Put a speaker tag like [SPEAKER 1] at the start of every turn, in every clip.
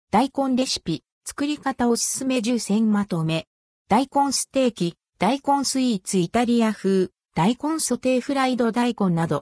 [SPEAKER 1] 大根レシピ、作り方おすすめ10選まとめ。大根ステーキ、大根スイーツイタリア風、大根ソテーフライド大根など。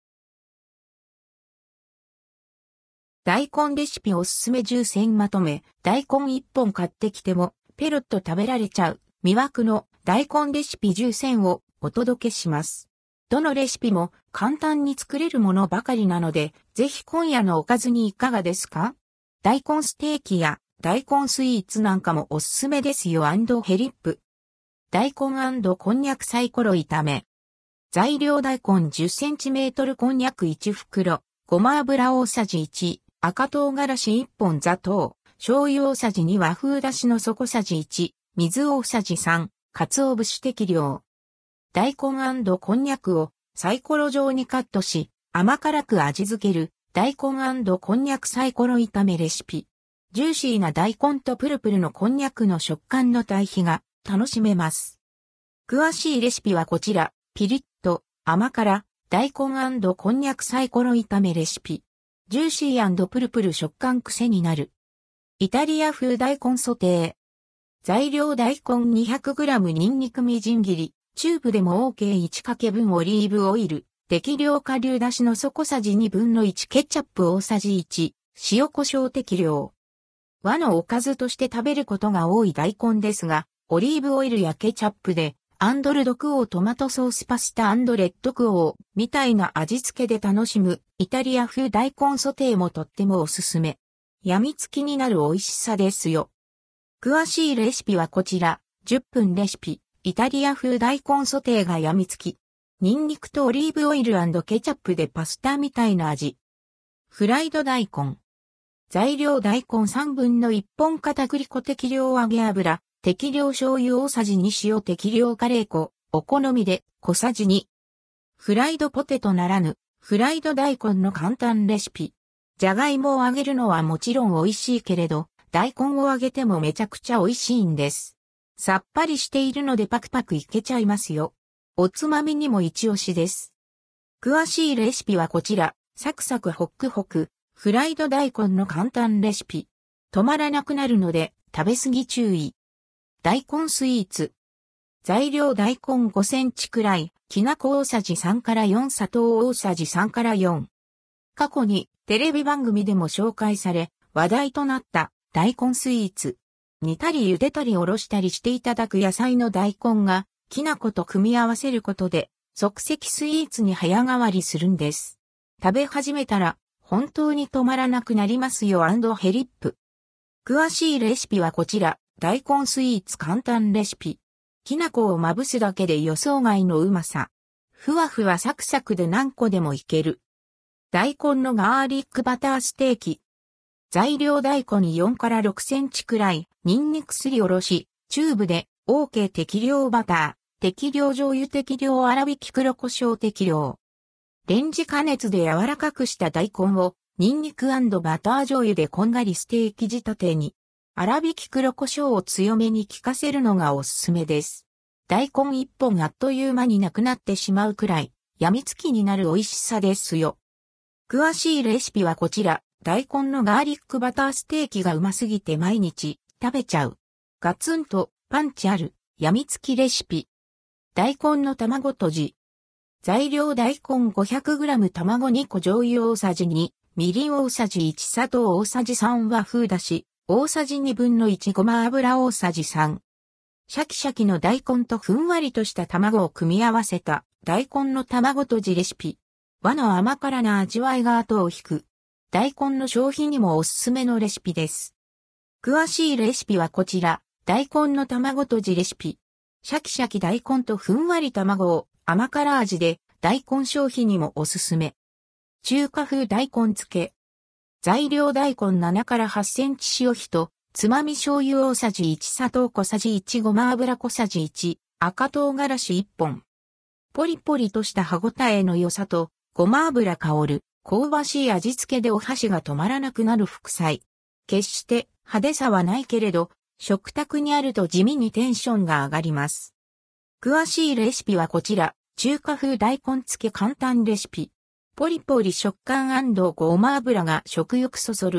[SPEAKER 1] 大根レシピおすすめ10選まとめ。大根1本買ってきても、ペロッと食べられちゃう、魅惑の大根レシピ10選をお届けします。どのレシピも簡単に作れるものばかりなので、ぜひ今夜のおかずにいかがですか？大根ステーキや大根スイーツなんかもおすすめですよ&ヘリップ。大根&こんにゃくサイコロ炒め。材料大根 10cm こんにゃく1袋、ごま油大さじ1、赤唐辛子1本砂糖、醤油大さじ2和風だしの底さじ1、水大さじ3、鰹節適量。大根&こんにゃくをサイコロ状にカットし、甘辛く味付ける大根&こんにゃくサイコロ炒めレシピ。ジューシーな大根とプルプルのこんにゃくの食感の対比が楽しめます。詳しいレシピはこちら、ピリッと甘辛大根&こんにゃくサイコロ炒めレシピ。ジューシー&プルプル食感癖になる。イタリア風大根ソテー。材料大根 200g ニンニクみじん切り。チューブでも OK1 かけ分オリーブオイル、適量顆粒だしの底さじ1分の1ケチャップ大さじ1、塩胡椒適量。和のおかずとして食べることが多い大根ですが、オリーブオイルやケチャップで、アンドルドクオートマトソースパスタ&レッドクオーみたいな味付けで楽しむイタリア風大根ソテーもとってもおすすめ。病みつきになる美味しさですよ。詳しいレシピはこちら、10分レシピ。イタリア風大根ソテーが病みつき。ニンニクとオリーブオイル&ケチャップでパスタみたいな味。フライド大根。材料大根3分の1本片栗粉適量揚げ油、適量醤油大さじ2塩適量カレー粉、お好みで小さじ2。フライドポテトならぬ、フライド大根の簡単レシピ。じゃがいもを揚げるのはもちろん美味しいけれど、大根を揚げてもめちゃくちゃ美味しいんです。さっぱりしているのでパクパクいけちゃいますよ。おつまみにも一押しです。詳しいレシピはこちら、サクサクホックホク、フライド大根の簡単レシピ。止まらなくなるので、食べ過ぎ注意。大根スイーツ。材料大根5センチくらい、きな粉大さじ3から4砂糖大さじ3から4。過去にテレビ番組でも紹介され、話題となった大根スイーツ。煮たり茹でたりおろしたりしていただく野菜の大根がきな粉と組み合わせることで即席スイーツに早変わりするんです。食べ始めたら本当に止まらなくなりますよ&ヘリップ。詳しいレシピはこちら、大根スイーツ簡単レシピ。きな粉をまぶすだけで予想外のうまさ。ふわふわサクサクで何個でもいける。大根のガーリックバターステーキ。材料大根4から6センチくらい、ニンニクすりおろし、チューブで OK 適量バター、適量醤油適量粗挽き黒胡椒適量。レンジ加熱で柔らかくした大根をニンニク&バター醤油でこんがりステーキ仕立てに。粗挽き黒胡椒を強めに効かせるのがおすすめです。大根1本あっという間になくなってしまうくらい、病みつきになる美味しさですよ。詳しいレシピはこちら。大根のガーリックバターステーキがうますぎて毎日食べちゃう。ガツンとパンチある病みつきレシピ。大根の卵とじ。材料大根 500g 卵2個醤油大さじ2、みりん大さじ1砂糖大さじ3和風だし、大さじ2分の1ごま油大さじ3。シャキシャキの大根とふんわりとした卵を組み合わせた大根の卵とじレシピ。和の甘辛な味わいが後を引く。大根の消費にもおすすめのレシピです。詳しいレシピはこちら、大根の卵とじレシピ。シャキシャキ大根とふんわり卵を甘辛味で大根消費にもおすすめ。中華風大根漬け。材料大根7から8センチ塩1、つまみ醤油大さじ1砂糖小さじ1ごま油小さじ1、赤唐辛子1本。ポリポリとした歯ごたえの良さとごま油香る。香ばしい味付けでお箸が止まらなくなる副菜。決して派手さはないけれど、食卓にあると地味にテンションが上がります。詳しいレシピはこちら、中華風大根漬け簡単レシピ。ポリポリ食感&ごま油が食欲そそる。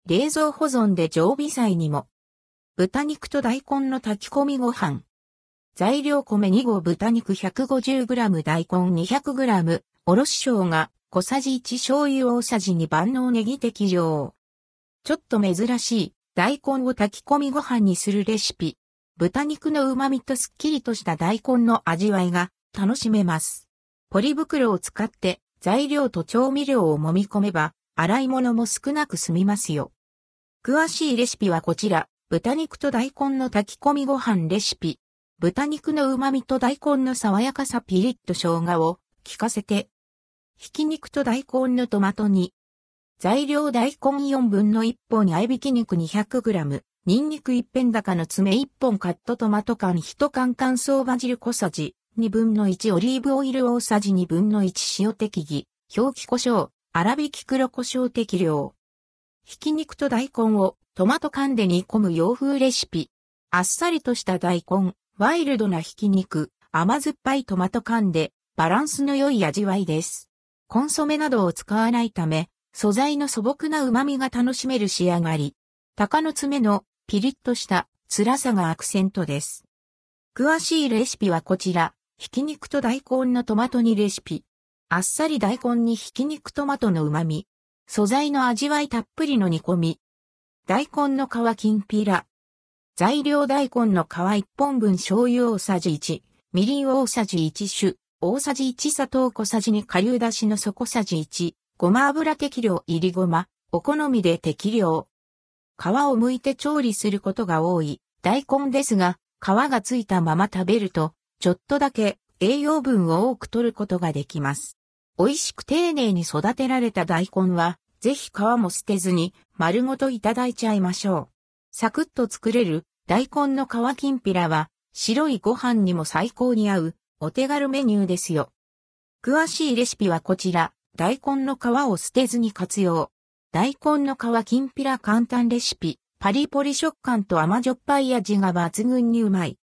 [SPEAKER 1] 冷蔵保存で常備菜にも。豚肉と大根の炊き込みご飯。材料米2合豚肉 150g 大根 200g おろし生姜小さじ1醤油大さじ2万能ネギ適量。ちょっと珍しい大根を炊き込みご飯にするレシピ。豚肉の旨味とすっきりとした大根の味わいが楽しめます。ポリ袋を使って材料と調味料を揉み込めば洗い物も少なく済みますよ。詳しいレシピはこちら。豚肉と大根の炊き込みご飯レシピ。豚肉の旨味と大根の爽やかさピリッと生姜を効かせて。ひき肉と大根のトマト煮。材料大根4分の1本合いびき肉 200g、ニンニク1片高の爪1本カットトマト缶1缶乾燥バジル小さじ2分の1オリーブオイル大さじ2分の1塩適宜、表記胡椒、粗挽き黒胡椒適量。ひき肉と大根をトマト缶で煮込む洋風レシピ。あっさりとした大根、ワイルドなひき肉、甘酸っぱいトマト缶でバランスの良い味わいです。コンソメなどを使わないため、素材の素朴な旨味が楽しめる仕上がり。鷹の爪のピリッとした辛さがアクセントです。詳しいレシピはこちら。ひき肉と大根のトマト煮レシピ。あっさり大根にひき肉トマトの旨味。素材の味わいたっぷりの煮込み。大根の皮きんぴら。材料大根の皮1本分醤油大さじ1、みりん大さじ1酒、大さじ1砂糖小さじ2顆粒だしの素小さじ1、ごま油適量入りごま、お好みで適量。皮を剥いて調理することが多い大根ですが、皮がついたまま食べると、ちょっとだけ栄養分を多く摂ることができます。美味しく丁寧に育てられた大根は、ぜひ皮も捨てずに丸ごといただいちゃいましょう。サクッと作れる大根の皮きんぴらは白いご飯にも最高に合うお手軽メニューですよ。詳しいレシピはこちら。大根の皮を捨てずに活用。大根の皮きんぴら簡単レシピ。パリポリ食感と甘じょっぱい味が抜群にうまい。